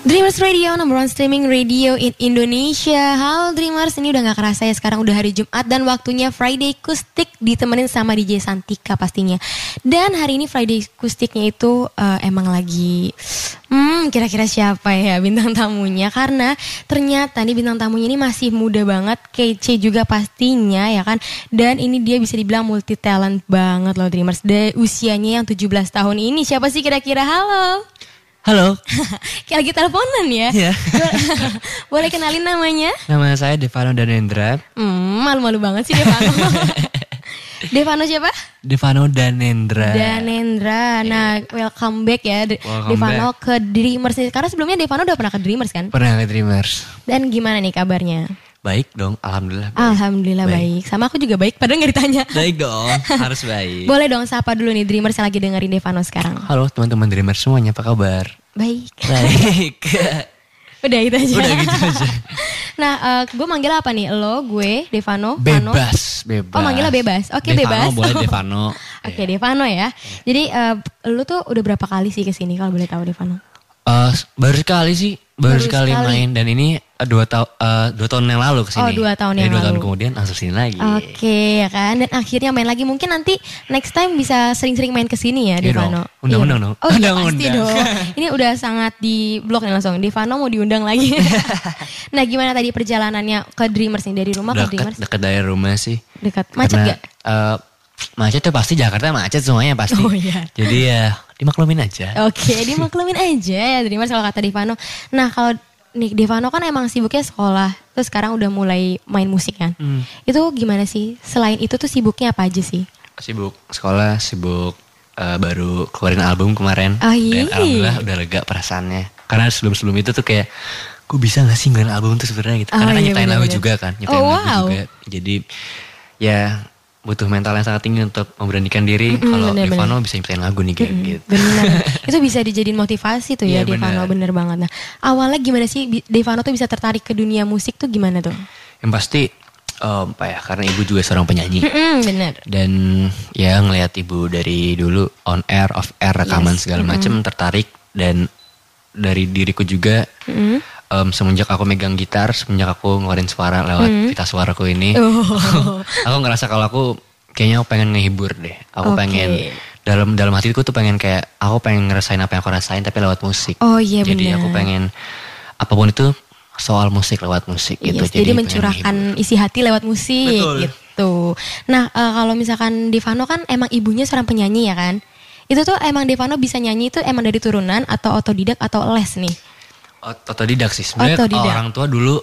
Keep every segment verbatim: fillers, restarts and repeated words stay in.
Dreamers Radio, number one streaming radio in Indonesia. Halo Dreamers, ini udah gak kerasa ya, sekarang udah hari Jumat dan waktunya Friday Kustik ditemenin sama D J Santika pastinya. Dan hari ini Friday Kustiknya itu uh, emang lagi, hmm kira-kira siapa ya bintang tamunya. Karena ternyata nih bintang tamunya ini masih muda banget, kece juga pastinya ya kan. Dan ini dia bisa dibilang multi talent banget loh Dreamers. De usianya yang tujuh belas tahun ini, siapa sih kira-kira? Halo. Halo. Kayak lagi teleponan ya. Iya. Boleh kenalin namanya? Nama saya Devano Danendra. Hmm, malu-malu banget sih Devano. Devano siapa? Devano Danendra. Danendra. Nah, welcome back ya De- Welcome Devano back. ke Dreamers. Karena sebelumnya Devano udah pernah ke Dreamers kan? Pernah ke Dreamers. Dan gimana nih kabarnya? Baik dong, alhamdulillah. Baik. Alhamdulillah baik. baik. Sama aku juga baik, padahal gak ditanya. Baik dong, harus baik. Boleh dong sapa dulu nih Dreamers yang lagi dengerin Devano sekarang. Halo teman-teman Dreamers semuanya, apa kabar? Baik. Baik. Udah gitu aja. Udah gitu aja. Nah, uh, gue manggil apa nih? Lo, gue, Devano, Vano? Bebas, bebas. Oh, manggilnya bebas. Oke, Devano, bebas. boleh Devano. Oke, okay, Devano ya. Jadi uh, lu tuh udah berapa kali sih kesini kalau boleh tahu Devano? Uh, baru sekali sih, baru, Baru sekali, sekali. main dan ini uh, dua tahun uh, dua tahun yang lalu Oh, kesini. dua tahun yang Jadi, dua tahun lalu. kemudian langsung sini lagi. Oke, okay, ya kan. Dan akhirnya main lagi. Mungkin nanti next time bisa sering-sering main kesini ya, Iya Devano. dong. Undang-undang dong. Oh, iya, Undang-undang. pasti dong. Ini udah sangat di blok nih langsung. Devano mau diundang lagi. Nah, gimana tadi perjalanannya ke Dreamers nih, dari rumah ke Dekat, Dreamers? dekat dari rumah sih. Dekat. Macet Karena, gak? Uh, macet tuh pasti, Jakarta macet semuanya pasti. Oh iya. Jadi ya dimaklumin aja. Oke, dimaklumin aja ya Dreamers kalau kata Devano. Nah, kalau nih Devano kan emang sibuknya sekolah, terus sekarang udah mulai main musik kan. Hmm. Itu gimana sih? Selain itu tuh sibuknya apa aja sih? Sibuk sekolah, sibuk uh, baru keluarin album kemarin. Oh, iya. Dan alhamdulillah udah lega perasaannya. Karena sebelum-sebelum itu tuh kayak, gue bisa gak sih ngeluarin album tuh sebenarnya gitu. Oh, Karena kan iya, nyiptain lagu bener-bener. juga kan. Nyiptain Oh, lagu wow. juga. Jadi ya butuh mental yang sangat tinggi untuk memberanikan diri. Mm-mm, Kalau bener-bener. Devano bisa nyiptain lagu nih kayak Mm-mm, gitu. Bener. Itu bisa dijadiin motivasi tuh ya Iya, Devano, bener. bener. banget. Nah, awalnya gimana sih Bi- Devano tuh bisa tertarik ke dunia musik tuh gimana tuh? Yang pasti um, apa ya, karena ibu juga seorang penyanyi. Mm-mm, bener. Dan ya ngelihat ibu dari dulu on air, off air, rekaman Yes. segala macem, tertarik. Dan dari diriku juga Mm-mm. um, semenjak aku megang gitar, semenjak aku ngeluarin suara lewat Mm. pita suaraku ini, Oh. aku ngerasa kalau aku kayaknya aku pengen ngehibur deh. Aku Oke. pengen dalam dalam hatiku tuh pengen kayak aku pengen ngerasain apa yang aku rasain tapi lewat musik. Oh iya Jadi bener. aku pengen apapun itu soal musik lewat musik gitu. Yes, jadi pengen mencurahkan ngehibur. isi hati lewat musik. Betul. Gitu. Nah, uh, kalau misalkan Devano kan emang ibunya seorang penyanyi ya kan? Itu tuh emang Devano bisa nyanyi itu emang dari turunan atau otodidak atau les nih? Otodidak sih. Sebenarnya Otodidak. orang tua dulu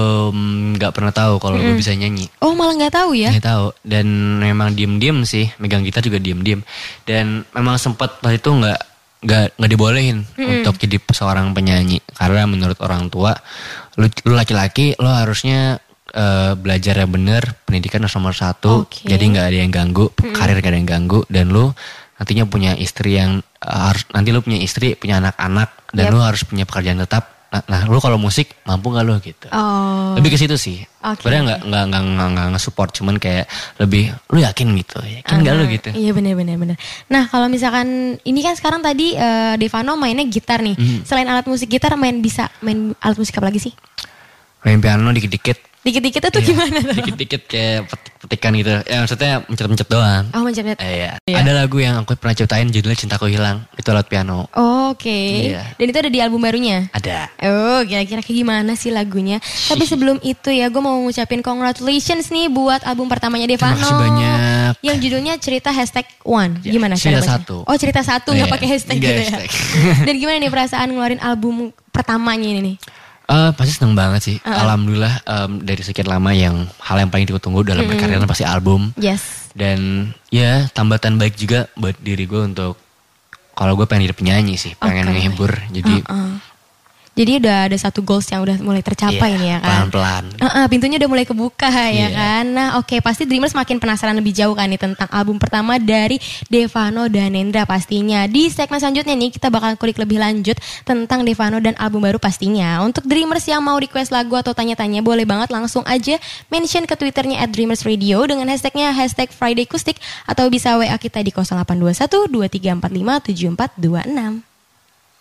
nggak pernah tahu kalau gue bisa nyanyi. Oh malah nggak tahu ya? Nggak tahu. Dan memang diem-diem sih, megang gitar juga diem-diem. Dan memang sempat pas itu nggak nggak nggak dibolehin Mm-mm. untuk jadi seorang penyanyi karena menurut orang tua, lu, lu laki-laki lo harusnya eh, belajar yang bener, pendidikan harus nomor satu. Oke. Jadi nggak ada yang ganggu, karir nggak ada yang ganggu. Dan lu nantinya punya istri yang eh, harus nanti lu punya istri, punya anak-anak dan Yep. lu harus punya pekerjaan tetap. Nah, nah lu kalau musik mampu nggak lu gitu? Oh. Lebih ke situ sih. Oke. Sebenarnya nggak nggak nggak nggak nggak nge-support, cuman kayak lebih lu yakin gitu, yakin nggak lu Ah, gitu? Iya benar benar benar. Nah kalau misalkan ini kan sekarang tadi eh, Devano mainnya gitar nih. Mhm. Selain alat musik gitar main bisa main alat musik apa lagi sih? Main piano dikit-dikit. Dikit-dikit itu Iya, gimana tuh? Dikit-dikit kayak petik-petikan gitu. Ya maksudnya mencet-mencet doang. Oh mencet. Eh, iya. Iya. Ada lagu yang aku pernah ciptain judulnya Cintaku Hilang. Itu alat piano. Oh, Oke. Iya. Dan itu ada di album barunya. Ada. Oh, kira-kira kayak gimana sih lagunya? Tapi sebelum itu ya, gue mau ngucapin congratulations nih buat album pertamanya Devano. Terima kasih banyak. Yang judulnya cerita hashtag one. Ya, Gimana? cerita cara baca? satu. Oh cerita satu, nggak Iya, pakai hashtag nggak gitu hashtag. ya. Dan gimana nih perasaan ngeluarin album pertamanya ini nih? Eh, pasti seneng banget sih. Uh-uh. Alhamdulillah em, dari sekian lama yang hal yang paling ditunggu dalam berkarya kan pasti album. Yes. Dan ya tambatan baik juga buat diri gue untuk kalau gue pengen jadi penyanyi sih, pengen Oke. ngehibur. Jadi Uh-uh. Jadi udah ada satu goals yang udah mulai tercapai iya, nih ya kan. pelan-pelan. Uh-uh, pintunya udah mulai kebuka ya Iya. kan. Nah oke pasti Dreamers makin penasaran lebih jauh kan nih tentang album pertama dari Devano Danendra pastinya. Di segmen selanjutnya nih kita bakal kulik lebih lanjut tentang Devano dan album baru pastinya. Untuk Dreamers yang mau request lagu atau tanya-tanya boleh banget langsung aja mention ke Twitternya at Dreamers Radio dengan hashtagnya hashtag Friday Kustik atau bisa W A kita di nol delapan dua satu dua tiga empat lima tujuh empat dua enam.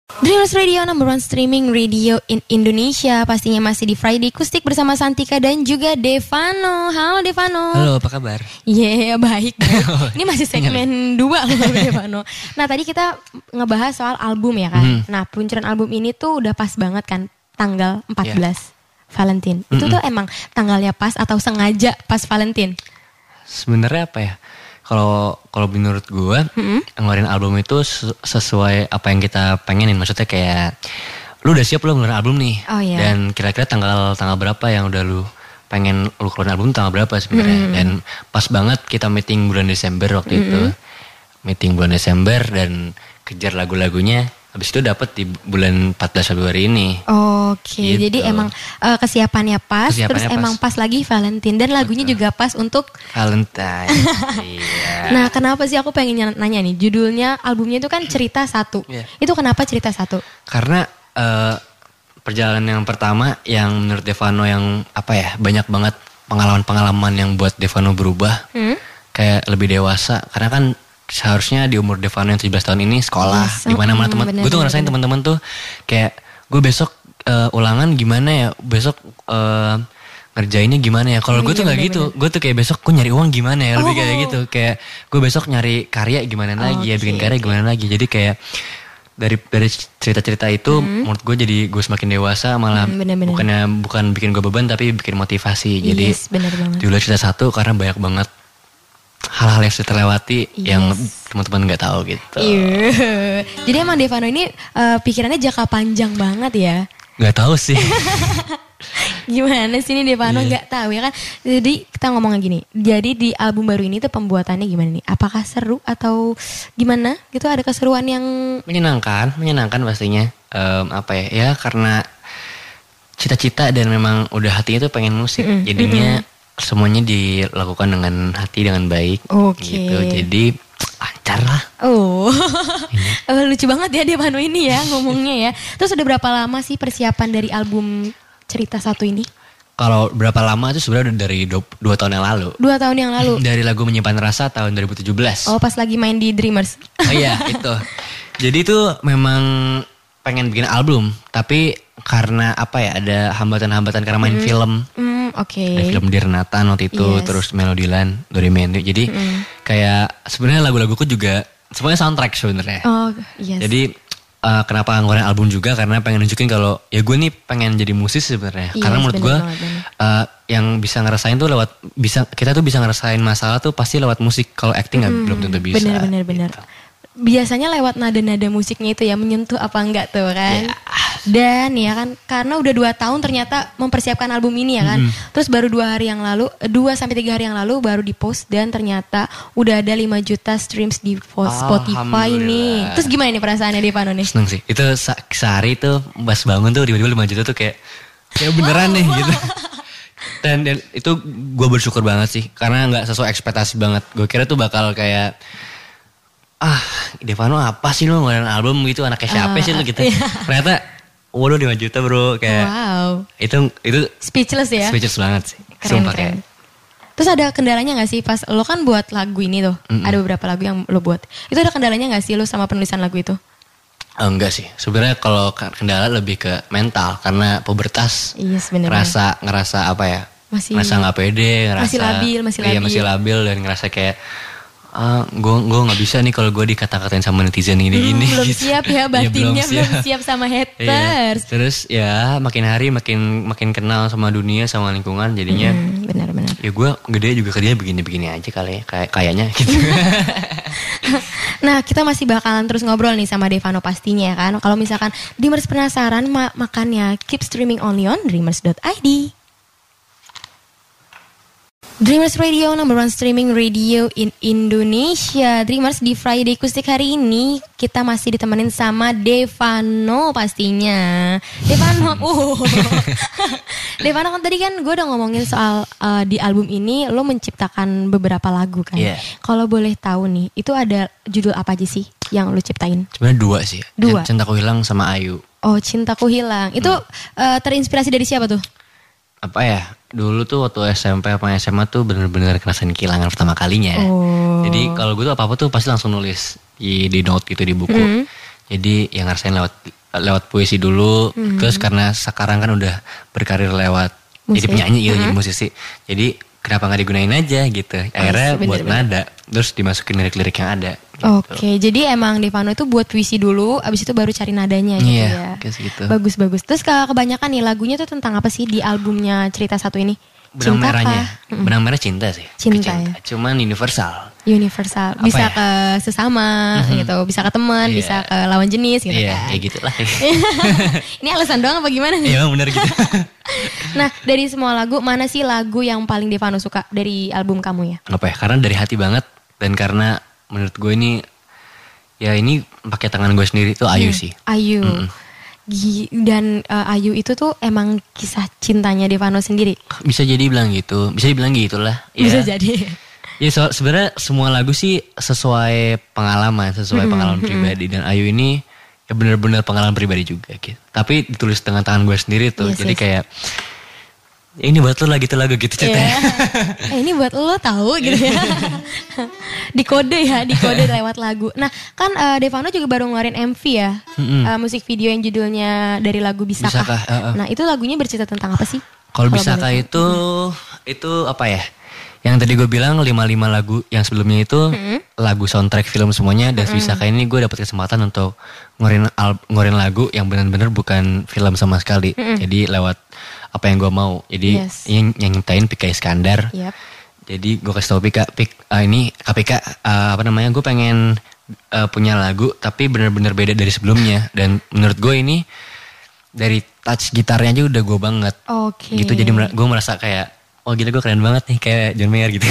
Dreamers Radio, number one streaming radio in Indonesia. Pastinya masih di Friday Kustik bersama Santika dan juga Devano. Halo Devano. Halo, apa kabar? Iya, yeah, baik, baik. Ini masih segmen dua loh Devano. Nah tadi kita ngebahas soal album ya kan. Hmm. Nah peluncuran album ini tuh udah pas banget kan, tanggal empat belas yeah. Valentine. Itu mm-hmm. tuh emang tanggalnya pas atau sengaja pas Valentine? Sebenarnya apa ya? Kalau kalau menurut gue, mm-hmm. ngeluarin album itu sesuai apa yang kita pengenin. Maksudnya kayak, lu udah siap lu ngeluarin album nih. Oh, yeah. Dan kira-kira tanggal tanggal berapa yang udah lu pengen lu keluarin album tanggal berapa sebenarnya. Mm-hmm. Dan pas banget kita meeting bulan Desember waktu mm-hmm. itu. Meeting bulan Desember dan kejar lagu-lagunya. Habis itu dapat di bulan empat belas Februari ini. Oke, okay, gitu. Jadi emang uh, kesiapannya pas, kesiapannya terus pas. Emang pas lagi Valentine dan lagunya betul. Juga pas untuk Valentine. Iya. Nah, kenapa sih aku pengen nanya nih, judulnya albumnya itu kan cerita satu. Yeah. Itu kenapa cerita satu? Karena uh, perjalanan yang pertama yang menurut Devano yang apa ya, banyak banget pengalaman-pengalaman yang buat Devano berubah. Hmm? Kayak lebih dewasa karena kan seharusnya di umur Devano yang tujuh belas tahun ini sekolah, yes, di mana-mana teman. Gue tuh ngerasain teman-teman tuh kayak gue besok uh, ulangan gimana ya, besok uh, ngerjainnya gimana ya. Kalau oh, gue tuh nggak gitu, gue tuh kayak besok gue nyari uang gimana ya, lebih oh. kayak gitu. Kayak gue besok nyari karya gimana lagi okay, ya, bikin karya okay. gimana lagi. Jadi kayak dari dari cerita-cerita itu hmm. menurut gue jadi gue semakin dewasa malah hmm, bener-bener. bukannya bukan bikin gue beban tapi bikin motivasi. Jadi yes, dulu cerita satu karena banyak banget hal-hal yang sudah terlewati yes. yang teman-teman nggak tahu gitu. Yeah. Jadi emang Devano ini uh, pikirannya jangka panjang banget ya? Nggak tahu sih. Gimana sih ini Devano nggak yeah. tahu ya kan? Jadi kita ngomongnya gini. Jadi di album baru ini tuh pembuatannya gimana nih? Apakah seru atau gimana? Gitu ada keseruan yang menyenangkan, menyenangkan pastinya. Um, apa ya? Ya karena cita-cita dan memang udah hatinya tuh pengen musik. Mm-hmm. Jadinya mm-hmm. semuanya dilakukan dengan hati, dengan baik. Oke. Okay. Gitu. Jadi lancar lah. Oh. Iya. Lucu banget ya Devano ini ya ngomongnya ya. Terus udah berapa lama sih persiapan dari album cerita satu ini? Kalau berapa lama itu sebenarnya udah dari dua, dua tahun yang lalu. Dua tahun yang lalu? Dari lagu Menyimpan Rasa tahun dua ribu tujuh belas. Oh pas lagi main di Dreamers. Oh iya itu. Jadi itu memang pengen bikin album. Tapi karena apa ya, ada hambatan-hambatan karena main mm. film. Mm, Oke. Okay. Ada film Dirnatan waktu itu, yes. terus Melodiland, Dorimendu. Jadi mm. kayak sebenarnya lagu-laguku juga semuanya soundtrack sebenarnya. Oh yes. Jadi uh, kenapa ngeluarin album juga karena pengen nunjukin kalau ya gue nih pengen jadi musisi sebenarnya. Yes, karena menurut gue uh, yang bisa ngerasain tuh lewat bisa kita tuh bisa ngerasain masalah tuh pasti lewat musik. Kalau acting nggak mm, belum tentu bisa. Bener-bener bener. Gitu. Biasanya lewat nada-nada musiknya itu ya menyentuh apa enggak tuh kan. Yeah. Dan ya kan karena udah dua tahun ternyata mempersiapkan album ini ya kan. Mm. Terus baru dua hari yang lalu, dua sampai tiga hari yang lalu baru dipost dan ternyata udah ada lima juta streams di Spotify nih. Terus gimana nih perasaannya Devano nih? Seneng sih. Itu se- sehari tuh pas bangun tuh tiba-tiba lima juta tuh kayak kayak beneran wow. nih gitu. Dan, dan itu gue bersyukur banget sih karena nggak sesuai ekspektasi banget. Gue kira tuh bakal kayak ah Devano apa sih lo ngeluarin album gitu, anaknya siapa uh, sih lo gitu. Iya. Ternyata waduh lima juta bro, kayak wow. itu itu speechless ya. Speechless banget sih. Keren, sumpah keren. Kayak. Terus ada kendalanya gak sih pas lo kan buat lagu ini tuh, mm-mm. ada beberapa lagu yang lo buat. Itu ada kendalanya gak sih lo sama penulisan lagu itu? Oh, enggak sih. Sebenarnya kalau kendala lebih ke mental karena pubertas. Yes, bener, ngerasa bener. ngerasa apa ya? Masih ngerasa nggak pede, ngerasa masih labil, masih labil. Iya, masih labil dan ngerasa kayak ah, gue gue nggak bisa nih kalau gue dikata-katain sama netizen gini-gini. Hmm, belum gitu. siap ya batinnya, ya, belum, siap. belum siap sama haters. Iya. Terus ya makin hari makin makin kenal sama dunia, sama lingkungan, jadinya. Hmm, benar-benar. Ya gue gede juga ke dia begini-begini aja kali ya, kayak kayaknya gitu. Nah kita masih bakalan terus ngobrol nih sama Devano pastinya kan. Kalau misalkan Dreamers penasaran ma- makannya keep streaming only on dreamers dot i d. Dreamers Radio, number one streaming radio in Indonesia. Dreamers, di Friday Kustik hari ini kita masih ditemenin sama Devano pastinya. Devano, uh. Devano kan tadi kan gue udah ngomongin soal uh, di album ini lo menciptakan beberapa lagu kan. Yeah. Kalau boleh tahu nih, itu ada judul apa aja sih yang lo ciptain? Sebenarnya dua sih. Dua. Cintaku Hilang sama Ayu. Oh, Cintaku Hilang. Itu hmm. uh, terinspirasi dari siapa tuh? Apa ya, dulu tuh waktu S M P apa S M A tuh bener-bener ngerasain kehilangan pertama kalinya. Oh. Jadi kalau gue tuh apa-apa tuh pasti langsung nulis di, di note gitu, di buku. Mm. Jadi yang ngerasain lewat lewat puisi dulu. Mm-hmm. Terus karena sekarang kan udah berkarir lewat musik. Jadi penyanyi gitu, mm-hmm. jadi musisi. Jadi kenapa gak digunain aja gitu. Akhirnya oh, buat nada. Terus dimasukin lirik-lirik yang ada. Gitu. Oke, jadi emang Devano itu buat puisi dulu, abis itu baru cari nadanya gitu yeah, ya. Gitu. Bagus-bagus. Terus kebanyakan nih lagunya tuh tentang apa sih di albumnya Cerita Satu ini? Benang cinta merahnya, mm-hmm. benang merah cinta sih. Cinta, cinta. Ya. Cuman universal. Universal, bisa ya? Ke sesama mm-hmm. gitu, bisa ke teman, yeah. bisa ke lawan jenis gitu yeah, kan. Iya, gitu lah. Ini alasan doang apa gimana? Iya benar gitu. Nah, dari semua lagu, mana sih lagu yang paling Devano suka dari album kamu ya? Apa ya, karena dari hati banget. Dan karena menurut gue ini, ya ini pakai tangan gue sendiri tuh Ayu hmm. sih. Ayu. Mm-mm. Dan uh, Ayu itu tuh emang kisah cintanya Devano sendiri. Bisa jadi bilang gitu, bisa dibilang gitu lah. Bisa ya. jadi. Ya so, sebenarnya semua lagu sih sesuai pengalaman, sesuai mm-hmm. pengalaman pribadi. Dan Ayu ini ya benar-benar pengalaman pribadi juga gitu. Tapi ditulis dengan tangan gue sendiri tuh, yes, jadi yes. kayak ya ini buat lo lah gitu lagu gitu ceritanya. Yeah. Eh ini buat lo tahu gitu ya. Dikode ya, dikode lewat lagu. Nah kan uh, Devano juga baru ngeluarin M V ya. Mm-hmm. Uh, musik video yang judulnya Dari Lagu Bisakah. Bisakah uh, uh. Nah itu lagunya bercerita tentang apa sih? Kalau Bisakah itu, hmm. itu apa ya? Yang tadi gue bilang lima lima lagu yang sebelumnya itu hmm. lagu soundtrack film semuanya. Dan hmm. Bisakah ini gue dapat kesempatan untuk ngeluarin, al- ngeluarin lagu yang benar-benar bukan film sama sekali. Hmm. Jadi lewat apa yang gue mau. Jadi yes. yang, yang nyiptain Pika Iskandar. Yep. Jadi gue kasih tau Pika, Pik, uh, ini Kak Pika, uh, apa namanya, gue pengen uh, punya lagu tapi benar-benar beda dari sebelumnya. Dan menurut gue ini dari touch gitarnya aja udah gue banget. Oke. Okay. Gitu, jadi gue merasa kayak, oh gila gue keren banget nih kayak John Mayer gitu.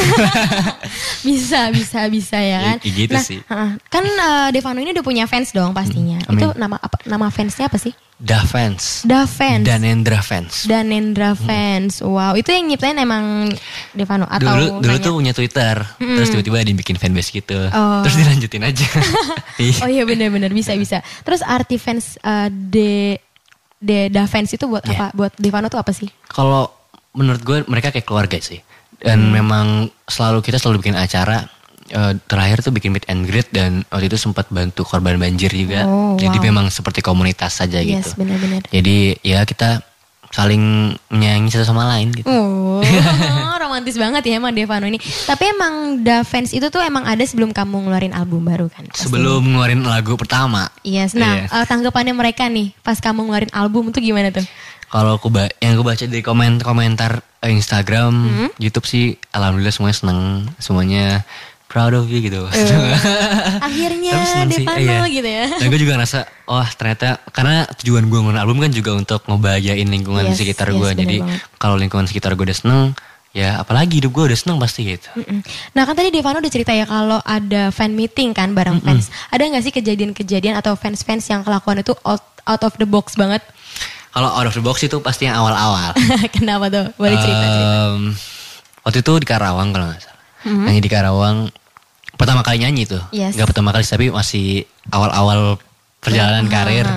bisa, bisa, bisa ya kan. Ya, gitu nah, sih. Kan uh, Devano ini udah punya fans dong pastinya. Hmm, itu nama apa? Nama fansnya apa sih? Da Fans. Da Fans. Danendra Fans. Danendra Fans. Hmm. Wow, itu yang nyiptain emang Devano atau dulu dulu nanya? Tuh punya Twitter. Hmm. Terus tiba-tiba dibikin fanbase gitu. Oh. Terus dilanjutin aja. Oh iya benar-benar bisa bisa. Terus arti fans uh, de de Da Fans itu buat yeah. apa? Buat Devano tuh apa sih? Kalau menurut gue mereka kayak keluarga sih. Dan hmm. memang selalu kita selalu bikin acara. Uh, terakhir tuh bikin meet and greet. Dan waktu itu sempat bantu korban banjir juga. Oh, Jadi wow. memang seperti komunitas saja yes, gitu. Yes, benar-benar. Jadi ya kita saling menyayangi satu sama lain gitu. Oh, romantis banget ya emang Devano ini. Tapi emang Da Fans itu tuh emang ada sebelum kamu ngeluarin album baru kan? Pasti. Sebelum ngeluarin lagu pertama. Yes, nah yes. Uh, tanggapannya mereka nih pas kamu ngeluarin album tuh gimana tuh? Kalau aku ba- yang aku baca dari komen-komentar Instagram, hmm? YouTube sih alhamdulillah semuanya seneng, semuanya proud of you gitu. Uh, akhirnya Devano iya. gitu ya. Dan gue juga ngerasa, oh ternyata karena tujuan gue ngeluarin album kan juga untuk ngebahagiain lingkungan yes, di sekitar yes, gue. Jadi kalau lingkungan sekitar gue udah seneng, ya apalagi hidup gue udah seneng pasti gitu. Mm-mm. Nah kan tadi Devano udah cerita ya kalau ada fan meeting kan bareng Mm-mm. fans. Ada gak sih kejadian-kejadian atau fans-fans yang kelakuan itu out, out of the box banget? Kalau out of the box itu pasti yang awal-awal. Kenapa tuh? Boleh cerita-cerita. Um, waktu itu di Karawang kalau gak salah. Mm-hmm. Nyanyi di Karawang. Pertama kali nyanyi tuh. Yes. Gak pertama kali tapi masih awal-awal perjalanan uh-huh. karir.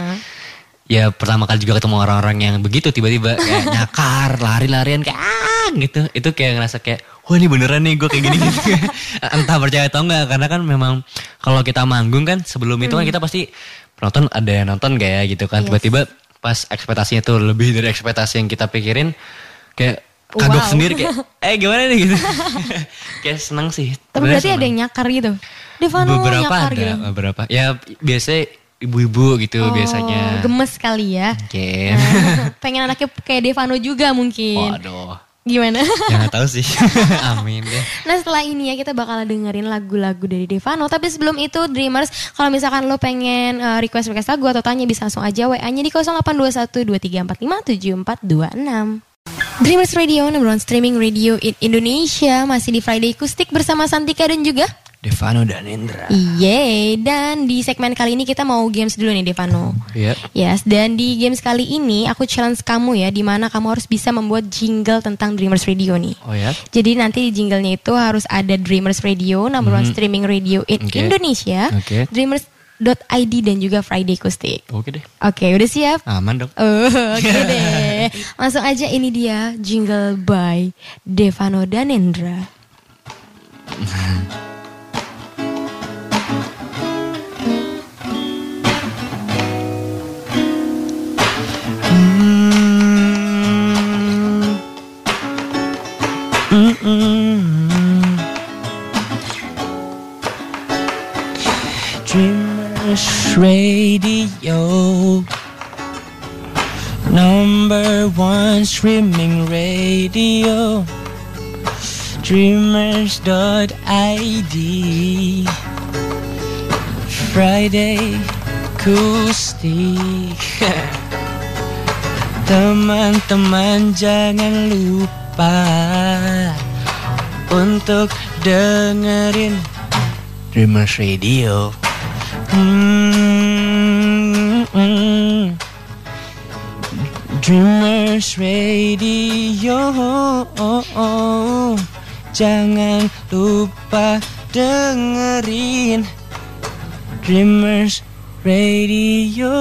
Ya pertama kali juga ketemu orang-orang yang begitu tiba-tiba kayak nyakar, lari-larian kayak ah gitu. Itu kayak ngerasa kayak wah ini beneran nih gue kayak gini gitu. Entah percaya atau enggak karena kan memang kalau kita manggung kan sebelum itu mm. kan kita pasti penonton ada yang nonton kayak gitu kan. Yes. Tiba-tiba pas ekspektasinya tuh lebih dari ekspektasi yang kita pikirin kayak kagok wow. sendiri kayak eh gimana nih gitu. Kayak seneng sih. Tapi berarti seneng. Ada yang nyakar gitu. Devano beberapa nyakar ada, gitu. Beberapa. Ya biasanya ibu-ibu gitu oh, biasanya. Gemes kali ya. Oke. Okay. Nah, pengen anaknya kayak Devano juga mungkin. Waduh. Gimana? Ya gak tahu sih. Amin deh. Nah setelah ini ya kita bakal dengerin lagu-lagu dari Devano. Tapi sebelum itu Dreamers, kalau misalkan lo pengen uh, request-request lagu atau tanya bisa langsung aja W A-nya di nol delapan dua satu dua tiga empat lima tujuh empat dua enam. Dreamers Radio, number one streaming radio in Indonesia. Masih di Friday Acoustic bersama Santika dan juga Devano Danendra. Yeay, dan di segmen kali ini kita mau games dulu nih Devano. Iya. Yep. Yes, dan di games kali ini aku challenge kamu ya, di mana kamu harus bisa membuat jingle tentang Dreamers Radio nih. Oh ya. Jadi nanti di jinglenya itu harus ada Dreamers Radio, number mm-hmm. one streaming radio in okay. Indonesia. Okay. Dreamers .id dan juga Friday Acoustic. Oke deh. Oke, udah siap? Aman dong. Oh, oke deh. Langsung aja, ini dia jingle by Devano Danendra. Radio, number one streaming radio, dreamers dot I D. Friday Acoustic. Teman-teman jangan lupa untuk dengerin Dreamers Radio. Hmm, hmm. Dreamers Radio, oh, oh. Jangan lupa dengerin Dreamers Radio.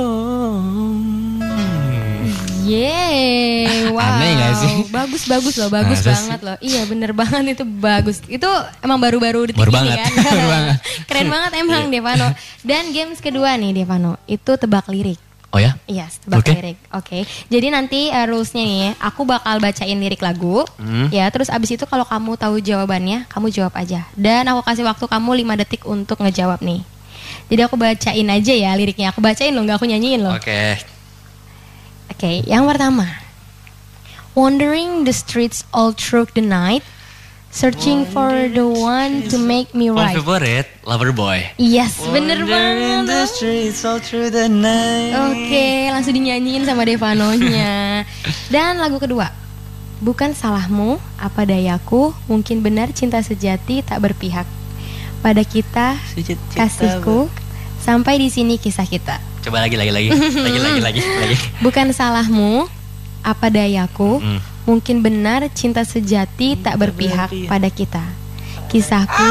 Yeay, wow. Aneh gak sih? Bagus, bagus loh, bagus Masa banget loh. Iya bener banget, itu bagus. Itu emang baru-baru detik Baru ini banget. kan. Baru banget. Keren banget emang Devano. Dan games kedua nih Devano, itu tebak lirik. Oh ya? Iya, yes, tebak Okay. lirik. Oke. Jadi nanti uh, rulesnya nih, aku bakal bacain lirik lagu. Hmm. Ya, terus abis itu kalau kamu tahu jawabannya, kamu jawab aja. Dan aku kasih waktu kamu lima detik untuk ngejawab nih. Jadi aku bacain aja ya liriknya. Aku bacain loh, gak aku nyanyiin loh. Oke. Okay. Oke, okay, yang pertama. Wandering the streets all through the night, searching for the one to make me My right. favorite, Loverboy. Yes, bener Wandering the banget. streets all through the night. Oke, langsung dinyanyiin sama Devanonya. Dan lagu kedua. Bukan salahmu, apa dayaku, mungkin benar cinta sejati tak berpihak. Pada kita, Sejati kasihku, sampai di sini kisah kita. Coba lagi, lagi, lagi, lagi, lagi, lagi, lagi. Bukan salahmu, apa dayaku, Mm. mungkin benar cinta sejati tak berpihak pada kita. Kisahku,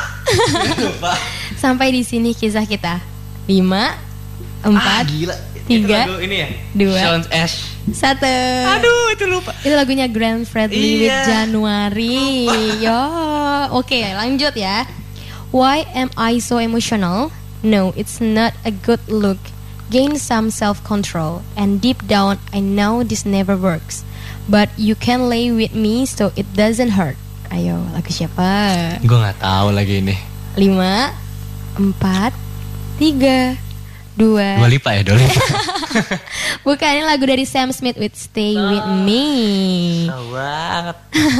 sampai di sini kisah kita. Lima, empat, Gila. tiga, Itu lagu ini ya? dua, Sound Ash. satu. Aduh, itu lupa. Itu lagunya Grand Fredly with Iya. Januari. Yo, oke, lanjut ya. Why am I so emotional? No, it's not a good look. Gain some self-control, and deep down I know this never works. But you can lay with me so it doesn't hurt. Ayo, lagu siapa? Gue nggak tahu lagi ini. Lima, empat, tiga, dua. Dua Lipa ya, Dua Lipa. Bukan, ini lagu dari Sam Smith with Stay With Me. Tahu banget.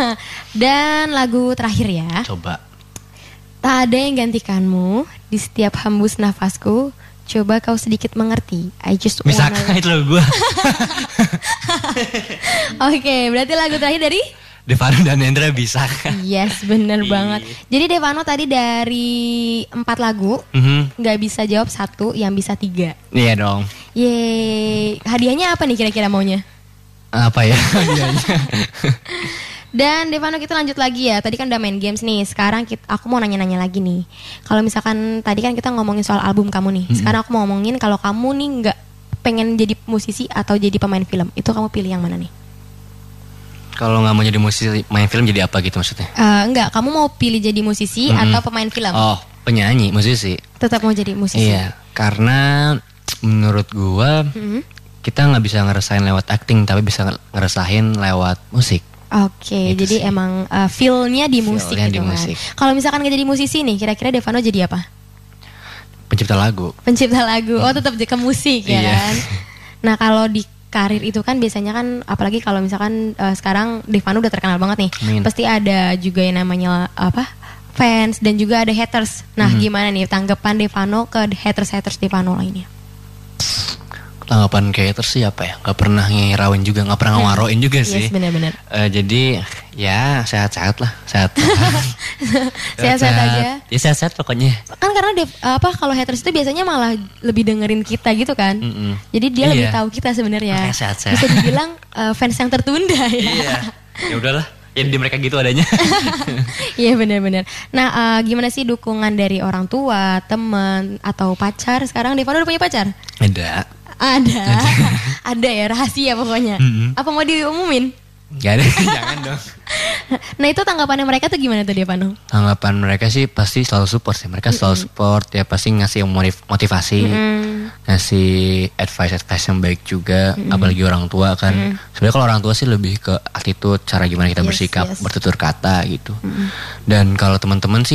Dan lagu terakhir ya. Coba. Tak ada yang gantikanmu di setiap hembus nafasku. Coba kau sedikit mengerti. I just Bisa wanna... kan itu lagu gue. Oke, berarti lagu terakhir dari? Devano dan Hendra bisa kan? Yes, bener banget. Jadi Devano tadi dari empat lagu Mhm. nggak bisa jawab satu, yang bisa tiga. Iya dong. Yeay, hadiahnya apa nih kira-kira maunya? Apa ya? hadiahnya? Dan Devano, kita lanjut lagi ya. Tadi kan udah main games nih. Sekarang kita, aku mau nanya-nanya lagi nih. Kalau misalkan tadi kan kita ngomongin soal album kamu nih. Sekarang aku mau ngomongin kalau kamu nih nggak pengen jadi musisi atau jadi pemain film, itu kamu pilih yang mana nih? Kalau nggak mau jadi musisi, main film jadi apa gitu maksudnya? Uh, enggak, kamu mau pilih jadi musisi Mm-mm. atau pemain film? Oh, penyanyi, musisi. Tetap mau jadi musisi. Iya, karena menurut gua Mhm. kita nggak bisa ngerasain lewat acting, tapi bisa ngerasain lewat musik. Oke, Itu jadi sih. emang uh, feel-nya di musik Feel-nya gitu di kan. musik. Kalau misalkan nggak jadi musisi nih, kira-kira Devano jadi apa? Pencipta lagu. Pencipta lagu. Oh, tetap ke musik ya Iya. kan. Nah, kalau di karir itu kan biasanya kan, apalagi kalau misalkan uh, sekarang Devano udah terkenal banget nih, Amin. pasti ada juga yang namanya apa, fans dan juga ada haters. Nah, Mhm. gimana nih tanggapan Devano ke haters-haters Devano lainnya? Tanggapan haters sih apa ya? Gak pernah ngirauin juga, gak pernah ngawaroin juga sih. Yes, benar-benar. Eh, jadi ya sehat-sehat lah, sehat. Sehat-sehat aja. Ya sehat-sehat pokoknya. Kan karena Dev, apa kalau haters itu biasanya malah lebih dengerin kita gitu kan. Mm-mm. Jadi dia Iya. lebih tahu kita sebenarnya. Makanya sehat-sehat. Bisa dibilang uh, fans yang tertunda ya. Iya. Ya udahlah. Ya di mereka gitu adanya. Iya benar-benar. Nah, uh, gimana sih dukungan dari orang tua, teman atau pacar? Sekarang Devano udah punya pacar? Ada. Ada. Ada ya, rahasia pokoknya. Mm-mm. Apa mau diumumin? Gak ada. Jangan dong. Nah, itu tanggapannya mereka tuh gimana tuh Devano? Tanggapan mereka sih pasti selalu support sih. Mereka selalu support, ya pasti ngasih motiv- motivasi, Mm. ngasih advice-advice yang baik juga, apalagi orang tua kan. Sebenarnya kalau orang tua sih lebih ke attitude, cara gimana kita Yes, bersikap, yes. bertutur kata gitu. Dan kalau teman-teman sih ya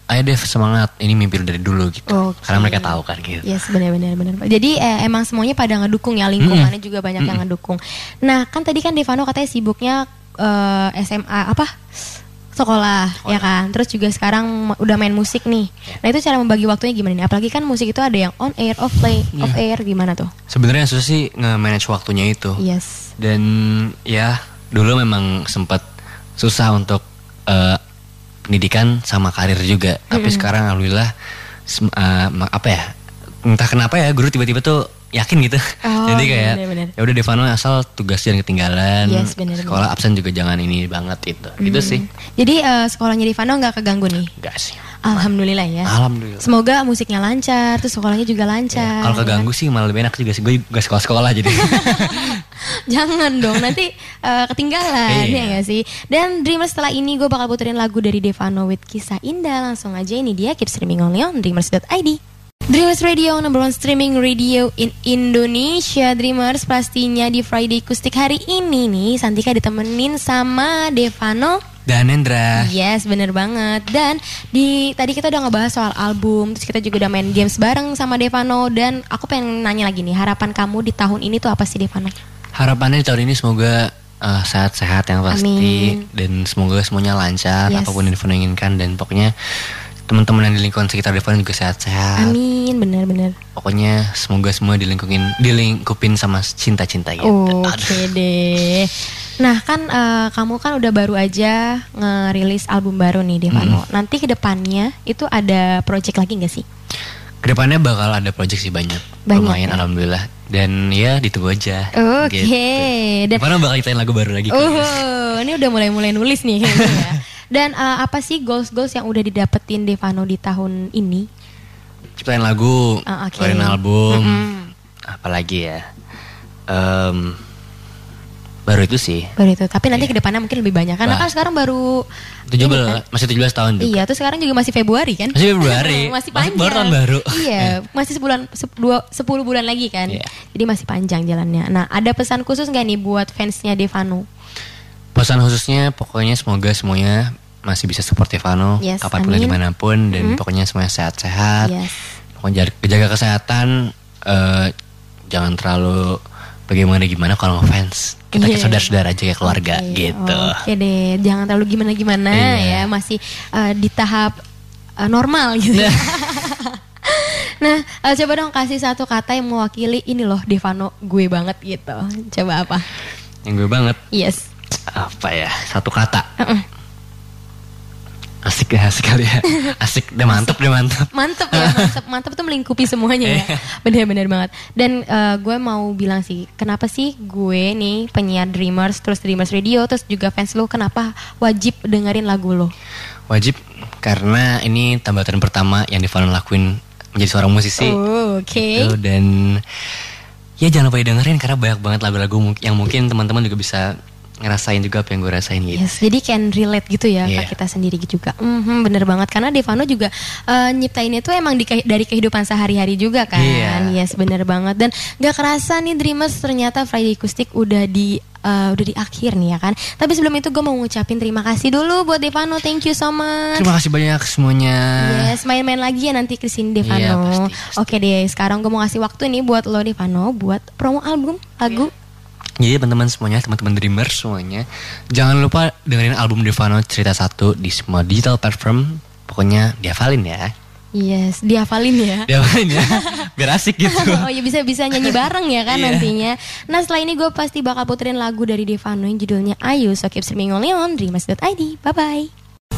ayo Dev semangat, ini mimpi lu dari dulu gitu. Okay. Karena mereka tahu kan gitu. Yes, benar-benar benar. Jadi eh, emang semuanya pada ngedukung ya, lingkungannya hmm. juga banyak hmm. yang ngedukung. Nah kan tadi kan Devano katanya sibuknya uh, S M A apa sekolah, sekolah ya kan. Terus juga sekarang udah main musik nih. Yeah. Nah itu cara membagi waktunya gimana nih? Apalagi kan musik itu ada yang on air, off play, yeah. off air gimana tuh? Sebenarnya susah sih nge-manage waktunya itu. Yes. Dan ya dulu memang sempat susah untuk uh, pendidikan sama karir juga. Mm-hmm. Tapi sekarang alhamdulillah uh, apa ya? Entah kenapa ya guru tiba-tiba tuh yakin gitu. Oh, jadi kayak ya udah Devano asal tugas jangan ketinggalan. Yes, bener, sekolah bener. Absen juga jangan ini banget itu. Mm. Gitu sih. Jadi uh, sekolahnya Devano nggak keganggu nih? Nggak sih. Alhamdulillah ya. Alhamdulillah. Semoga musiknya lancar, terus sekolahnya juga lancar. Ya, kalau keganggu ya. Sih malah lebih enak juga sih. Gue gak sekolah-sekolah jadi. Jangan dong, nanti uh, ketinggalan ya gak sih. Dan Dreamers setelah ini gue bakal puterin lagu dari Devano with Kisah Indah. Langsung aja ini dia, keep streaming only on dreamers dot i d. Dreamers Radio, number one streaming radio in Indonesia. Dreamers, pastinya di Friday Kustik hari ini nih Santika ditemenin sama Devano dan Hendra. Yes, bener banget. Dan di tadi kita udah ngebahas soal album, terus kita juga udah main games bareng sama Devano. Dan aku pengen nanya lagi nih, harapan kamu di tahun ini tuh apa sih Devano? Harapannya di tahun ini semoga uh, sehat-sehat yang pasti. Amin. Dan semoga semuanya lancar, yes. Apapun yang Devano inginkan. Dan pokoknya teman-teman yang di lingkungan sekitar Devano juga sehat-sehat. Amin, benar-benar. Pokoknya semoga semua dilingkupin, dilingkupin sama cinta-cinta gitu. Oke okay deh. Nah kan uh, kamu kan udah baru aja ngerilis album baru nih Devano. Hmm. Nanti kedepannya itu ada project lagi nggak sih? Kedepannya bakal ada project sih banyak, banyak lumayan ya? Alhamdulillah. Dan ya ditunggu aja. Oke. Okay. Gitu. Devano bakal ciptain lagu baru lagi. Oh, ini udah mulai-mulai nulis nih kayaknya ya. Dan uh, apa sih goals-goals yang udah didapetin Devano di tahun ini? Ciptain lagu, uh, okay. keluarin album, mm-hmm. apalagi ya. Um, Baru itu sih. Baru itu. Tapi nanti yeah. kedepannya mungkin lebih banyak. Karena bah. kan sekarang baru tujuh belas, kan? Masih tujuh belas tahun juga. Iya, terus sekarang juga masih Februari kan? Masih Februari. Masih panjang. Masih baru tahun baru. Iya, masih sebulan sepuluh bulan lagi kan. Yeah. Jadi masih panjang jalannya. Nah, ada pesan khusus gak nih buat fansnya Devano? Pesan khususnya pokoknya semoga semuanya masih bisa support Devano, yes, kapanpun dan dimanapun. Dan mm-hmm. pokoknya semuanya sehat-sehat. Yes. Pokoknya jaga kesehatan. Uh, jangan terlalu bagaimana-gimana kalau ngefans. Kita yeah. kayak saudara-saudara aja kayak keluarga okay. gitu. Oke okay deh, jangan terlalu gimana-gimana yeah. ya, masih uh, di tahap uh, normal gitu. Nah, uh, coba dong kasih satu kata yang mewakili ini loh Devano gue banget gitu. Coba apa? Yang gue banget? Yes. Apa ya? Satu kata. Uh-uh. Asik ya, asik kali ya. Asik, udah mantep, udah mantep. Mantep ya, mantep, mantep tuh melingkupi semuanya ya. Bener-bener banget. Dan uh, gue mau bilang sih, kenapa sih gue nih penyiar Dreamers, terus Dreamers Radio, terus juga fans lo, kenapa wajib dengerin lagu lo? Wajib, karena ini tambatan pertama yang Devano lakuin menjadi seorang musisi. Oh, oke. Okay. Gitu, dan ya jangan lupa dengerin, karena banyak banget lagu-lagu yang mungkin teman-teman juga bisa ngerasain juga apa yang gue rasain gitu. Yes, jadi can relate gitu ya yeah. ke kita sendiri juga. Mm-hmm, bener banget, karena Devano juga uh, nyiptainnya tuh emang di, dari kehidupan sehari-hari juga kan. Yeah. Yes, bener banget. Dan gak kerasa nih Dreamers, ternyata Friday Kustik udah di uh, udah di akhir nih ya kan. Tapi sebelum itu gue mau ngucapin terima kasih dulu buat Devano. Thank you so much. Terima kasih banyak semuanya. Yes, main-main lagi ya nanti kesini Devano. Yeah, pasti, pasti. Oke deh, sekarang gue mau ngasih waktu nih buat lo Devano buat promo album lagu. Yeah. Jadi teman-teman semuanya, teman-teman Dreamers semuanya, jangan lupa dengerin album Devano Cerita Satu di semua digital platform. Pokoknya dihafalin ya. Yes, dihafalin ya. Dihafalin ya, biar asik gitu. Oh ya, bisa-bisa nyanyi bareng ya kan yeah. nantinya. Nah setelah ini gue pasti bakal puterin lagu dari Devano yang judulnya Ayu. So keep streaming only on dreamers dot i d. Bye-bye.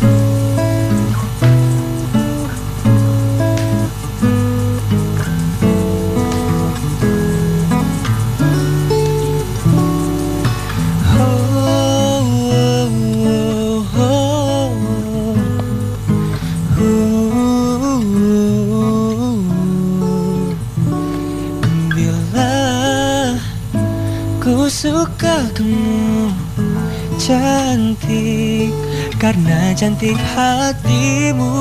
Suka kamu cantik karena cantik hatimu.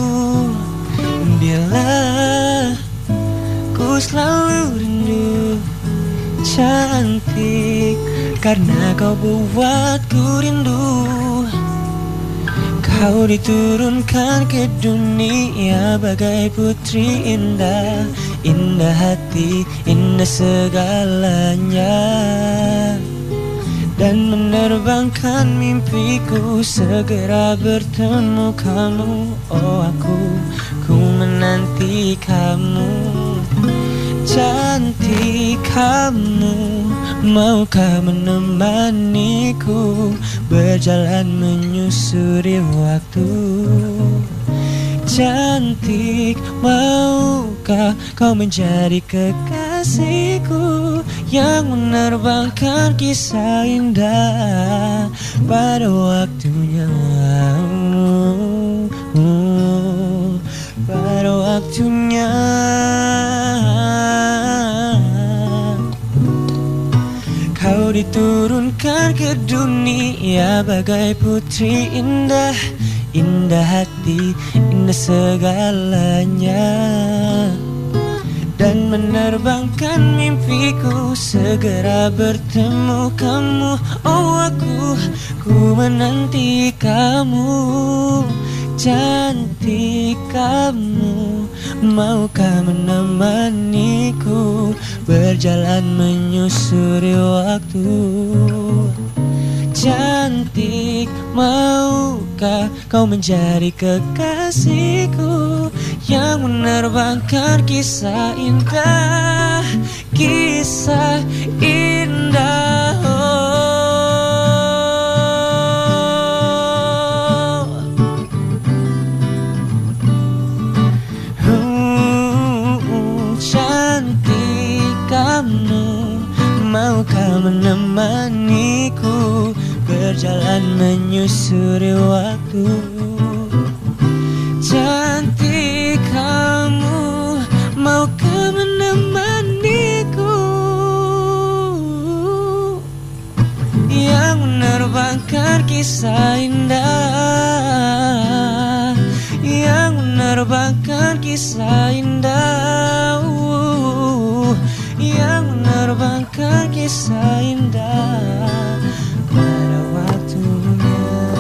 Bila ku selalu rindu cantik karena kau buatku rindu. Kau diturunkan ke dunia bagai putri indah, indah hati, indah segalanya, dan menerbangkan mimpiku segera bertemu kamu. Oh aku, ku menanti kamu. Cantik kamu, maukah menemaniku berjalan menyusuri waktu? Cantik, maukah kau menjadi kekasihku yang menerbangkan kisah indah pada waktunya, pada waktunya. Kau diturunkan ke dunia bagai putri indah, indah hati, indah segalanya, dan menerbangkan mimpiku segera bertemu kamu. Oh aku, ku menanti kamu. Cantik kamu, maukah menemaniku berjalan menyusuri waktu? Cantik, maukah kau menjadi kekasihku yang menerbangkan kisah indah, kisah indah. Maukah menemaniku berjalan menyusuri waktu? Cantik kamu, maukah menemaniku yang menerbangkan kisah indah, yang menerbangkan kisah indah, yang menerbangkan kisah indah pada waktunya.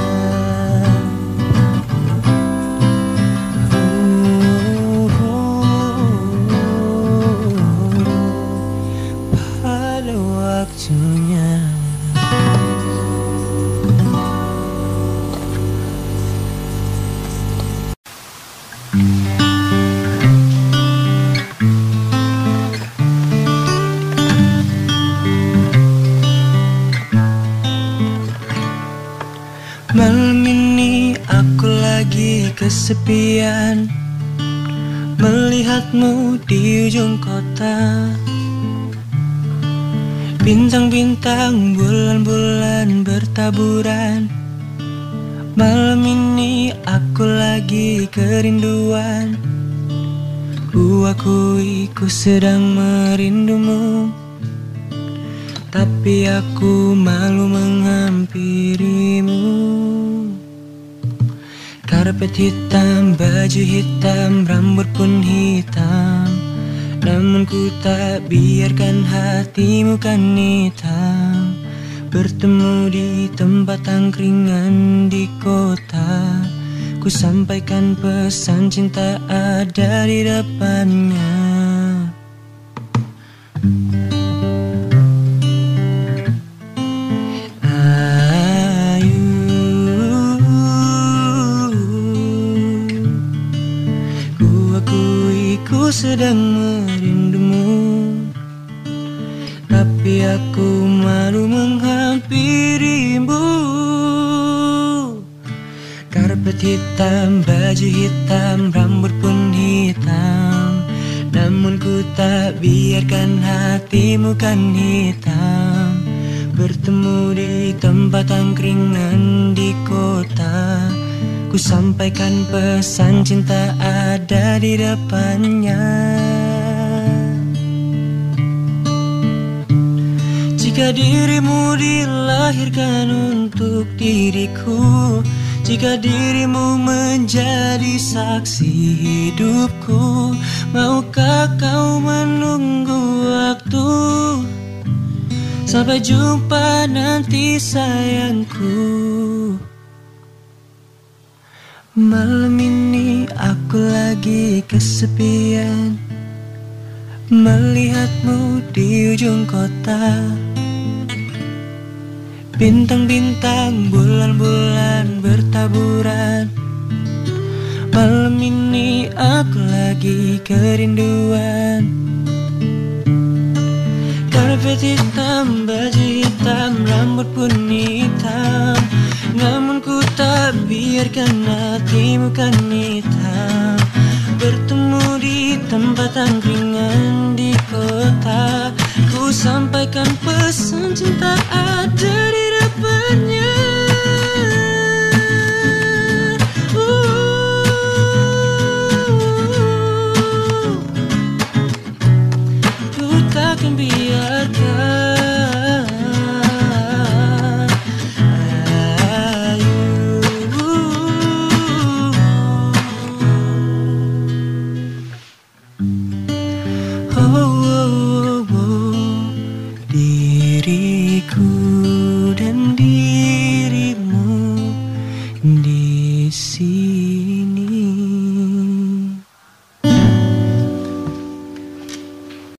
uh, uh, pada waktunya. Malam ini aku lagi kesepian, melihatmu di ujung kota. Bintang-bintang, bulan-bulan bertaburan. Malam ini aku lagi kerinduan. Ku akui ku sedang merindumu, tapi aku malu menghampirimu. Karpet hitam, baju hitam, rambut pun hitam, namun ku tak biarkan hatimu kan hitam. Bertemu di tempat angkringan di kota, ku sampaikan pesan cinta ada di depannya. Ku sedang merindumu, tapi aku malu menghampirimu. Karpet hitam, baju hitam, rambut pun hitam, namun ku tak biarkan hatimu kan hitam. Bertemu di tempat angkringan di kota, ku sampaikan pesan cinta ada di depannya. Jika dirimu dilahirkan untuk diriku, jika dirimu menjadi saksi hidupku, maukah kau menunggu waktu? Sampai jumpa nanti sayangku. Malam ini aku lagi kesepian, melihatmu di ujung kota. Bintang-bintang, bulan-bulan bertaburan. Malam ini aku lagi kerinduan. Karpet hitam, baju hitam, rambut pun hitam. Namun ku tak biarkan hatimu kan hitam. Bertemu di tempat angkringan di kota, ku sampaikan pesan cinta ada di depannya. uh, Ku takkan biarkan. Diriku dan dirimu di sini.